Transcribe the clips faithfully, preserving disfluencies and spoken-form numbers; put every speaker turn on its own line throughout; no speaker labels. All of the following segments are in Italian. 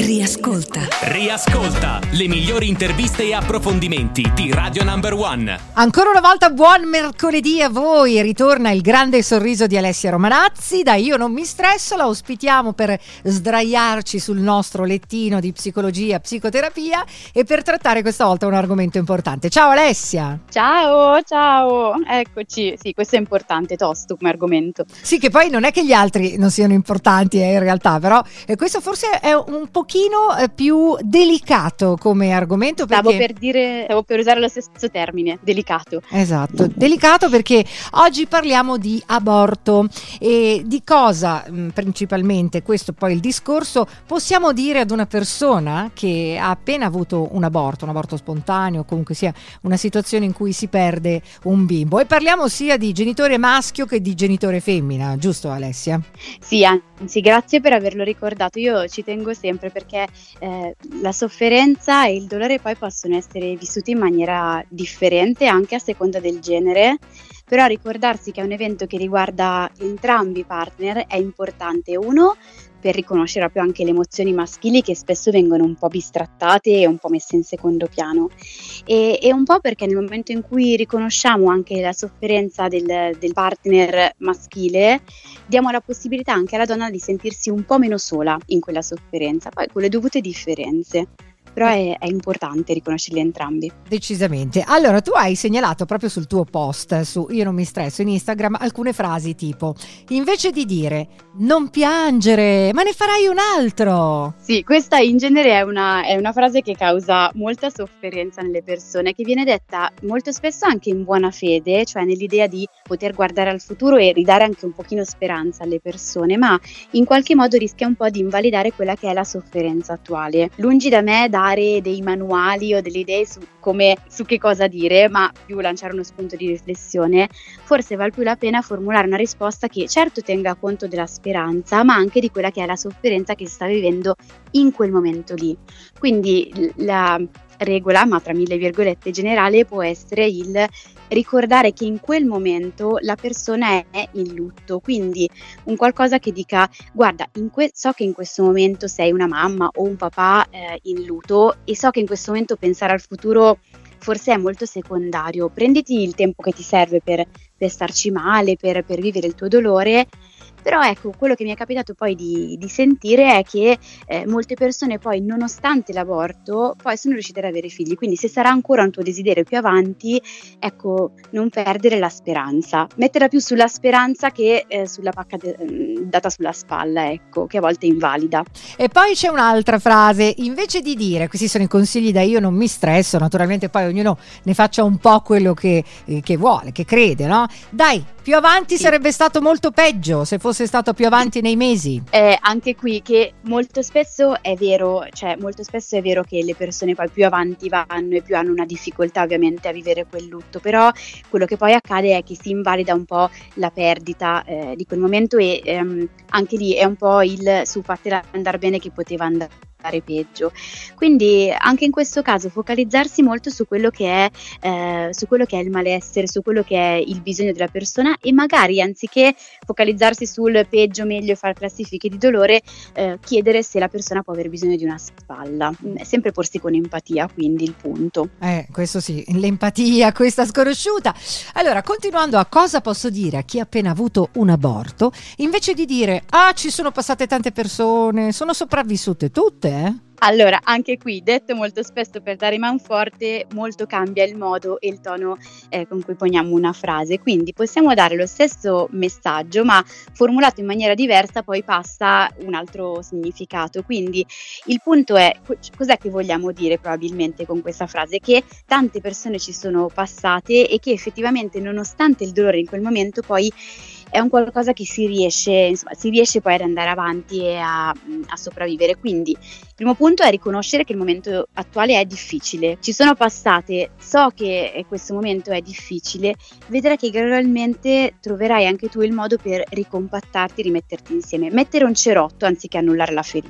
Riascolta.
Riascolta le migliori interviste e approfondimenti di Radio Number One.
Ancora una volta buon mercoledì a voi. Ritorna il grande sorriso di Alessia Romanazzi. Da Io non mi stresso la ospitiamo per sdraiarci sul nostro lettino di psicologia, psicoterapia e per trattare questa volta un argomento importante. Ciao Alessia.
Ciao, ciao. Eccoci. Sì, questo è importante, tosto come argomento.
Sì, che poi non è che gli altri non siano importanti eh, in realtà, però eh, questo forse è un pochino eh, più delicato come argomento perché...
Stavo per dire, stavo per usare lo stesso termine, delicato.
Esatto, delicato perché oggi parliamo di aborto e di cosa mh, principalmente, questo poi il discorso, possiamo dire ad una persona che ha appena avuto un aborto, un aborto spontaneo, comunque sia una situazione in cui si perde un bimbo, e parliamo sia di genitore maschio che di genitore femmina, giusto Alessia?
Sì, anzi grazie per averlo ricordato, io ci tengo sempre perché eh, la sofferenza e il dolore poi possono essere vissuti in maniera differente anche a seconda del genere, però ricordarsi che è un evento che riguarda entrambi i partner è importante. Uno, per riconoscere proprio anche le emozioni maschili che spesso vengono un po' bistrattate e un po' messe in secondo piano, e, e un po' perché nel momento in cui riconosciamo anche la sofferenza del, del partner maschile, diamo la possibilità anche alla donna di sentirsi un po' meno sola in quella sofferenza, poi con le dovute differenze. Però è, è importante riconoscerli entrambi.
Decisamente. Allora, tu hai segnalato proprio sul tuo post su Io non mi stresso in Instagram alcune frasi tipo: invece di dire non piangere, ma ne farai un altro.
Sì, questa in genere è una, è una frase che causa molta sofferenza nelle persone, che viene detta molto spesso anche in buona fede, cioè nell'idea di poter guardare al futuro e ridare anche un pochino speranza alle persone, ma in qualche modo rischia un po' di invalidare quella che è la sofferenza attuale. Lungi da me da dare dei manuali o delle idee su come, su che cosa dire, ma più lanciare uno spunto di riflessione. Forse val più la pena formulare una risposta che certo tenga conto della speranza, ma anche di quella che è la sofferenza che si sta vivendo in quel momento lì. Quindi la regola, ma tra mille virgolette generale, può essere il ricordare che in quel momento la persona è in lutto, quindi un qualcosa che dica: guarda, in que- so che in questo momento sei una mamma o un papà eh, in lutto, e so che in questo momento pensare al futuro forse è molto secondario, prenditi il tempo che ti serve per, per starci male, per, per vivere il tuo dolore. Però ecco, quello che mi è capitato poi di, di sentire è che eh, molte persone poi, nonostante l'aborto, poi sono riuscite ad avere figli, quindi se sarà ancora un tuo desiderio più avanti, ecco, non perdere la speranza, metterla più sulla speranza che eh, sulla pacca de- data sulla spalla, ecco, che a volte invalida.
E poi c'è un'altra frase: invece di dire, questi sono i consigli da Io non mi stresso, naturalmente poi ognuno ne faccia un po' quello che, eh, che vuole, che crede, no? Dai, più avanti sì. Sarebbe stato molto peggio se fosse stato più avanti nei mesi.
Eh, anche qui che molto spesso è vero, cioè molto spesso è vero che le persone poi più avanti vanno e più hanno una difficoltà ovviamente a vivere quel lutto, però quello che poi accade è che si invalida un po' la perdita eh, di quel momento, e ehm, anche lì è un po' il su fatela andare bene che poteva andare peggio. Quindi anche in questo caso focalizzarsi molto su quello che è eh, su quello che è il malessere, su quello che è il bisogno della persona, e magari anziché focalizzarsi sul peggio, meglio e fare classifiche di dolore, eh, chiedere se la persona può aver bisogno di una spalla. È sempre porsi con empatia, quindi il punto.
Eh, questo sì, l'empatia, questa sconosciuta. Allora, continuando a cosa posso dire a chi ha appena avuto un aborto, invece di dire ah, ci sono passate tante persone, sono sopravvissute tutte.
Allora, anche qui, detto molto spesso per dare manforte, molto cambia il modo e il tono eh, con cui poniamo una frase, quindi possiamo dare lo stesso messaggio ma formulato in maniera diversa poi passa un altro significato. Quindi il punto è, cos'è che vogliamo dire probabilmente con questa frase? Che tante persone ci sono passate e che effettivamente, nonostante il dolore in quel momento, poi è un qualcosa che si riesce, insomma, si riesce poi ad andare avanti e a, a sopravvivere. Quindi il primo punto è riconoscere che il momento attuale è difficile. Ci sono passate, so che questo momento è difficile, vedrai che gradualmente troverai anche tu il modo per ricompattarti, rimetterti insieme, mettere un cerotto anziché annullare la ferita.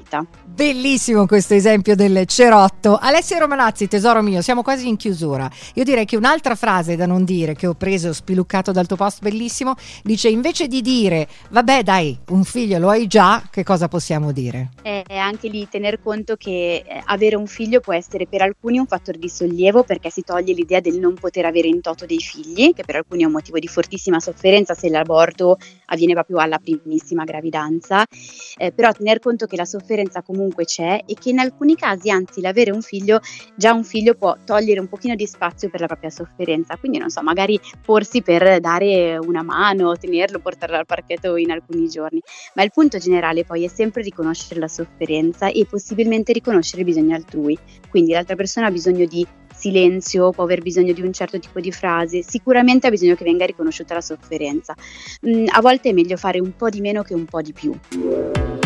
Bellissimo questo esempio del cerotto. Alessia Romanazzi, tesoro mio, siamo quasi in chiusura. Io direi che un'altra frase da non dire, che ho preso, ho spiluccato dal tuo post bellissimo, dice: invece di dire vabbè dai, un figlio lo hai già, che cosa possiamo dire?
È anche lì tener conto che avere un figlio può essere per alcuni un fattore di sollievo, perché si toglie l'idea del non poter avere in toto dei figli, che per alcuni è un motivo di fortissima sofferenza se l'aborto avviene proprio alla primissima gravidanza, eh, però tener conto che la sofferenza comunque c'è e che in alcuni casi, anzi, l'avere un figlio, già un figlio può togliere un pochino di spazio per la propria sofferenza, quindi non so, magari porsi per dare una mano, tenerlo, portarlo al parchetto in alcuni giorni, ma il punto generale poi è sempre riconoscere la sofferenza e possibilmente riconoscere i bisogni altrui, quindi l'altra persona ha bisogno di silenzio, può aver bisogno di un certo tipo di frase, sicuramente ha bisogno che venga riconosciuta la sofferenza. Mm, a volte è meglio fare un po' di meno che un po' di più.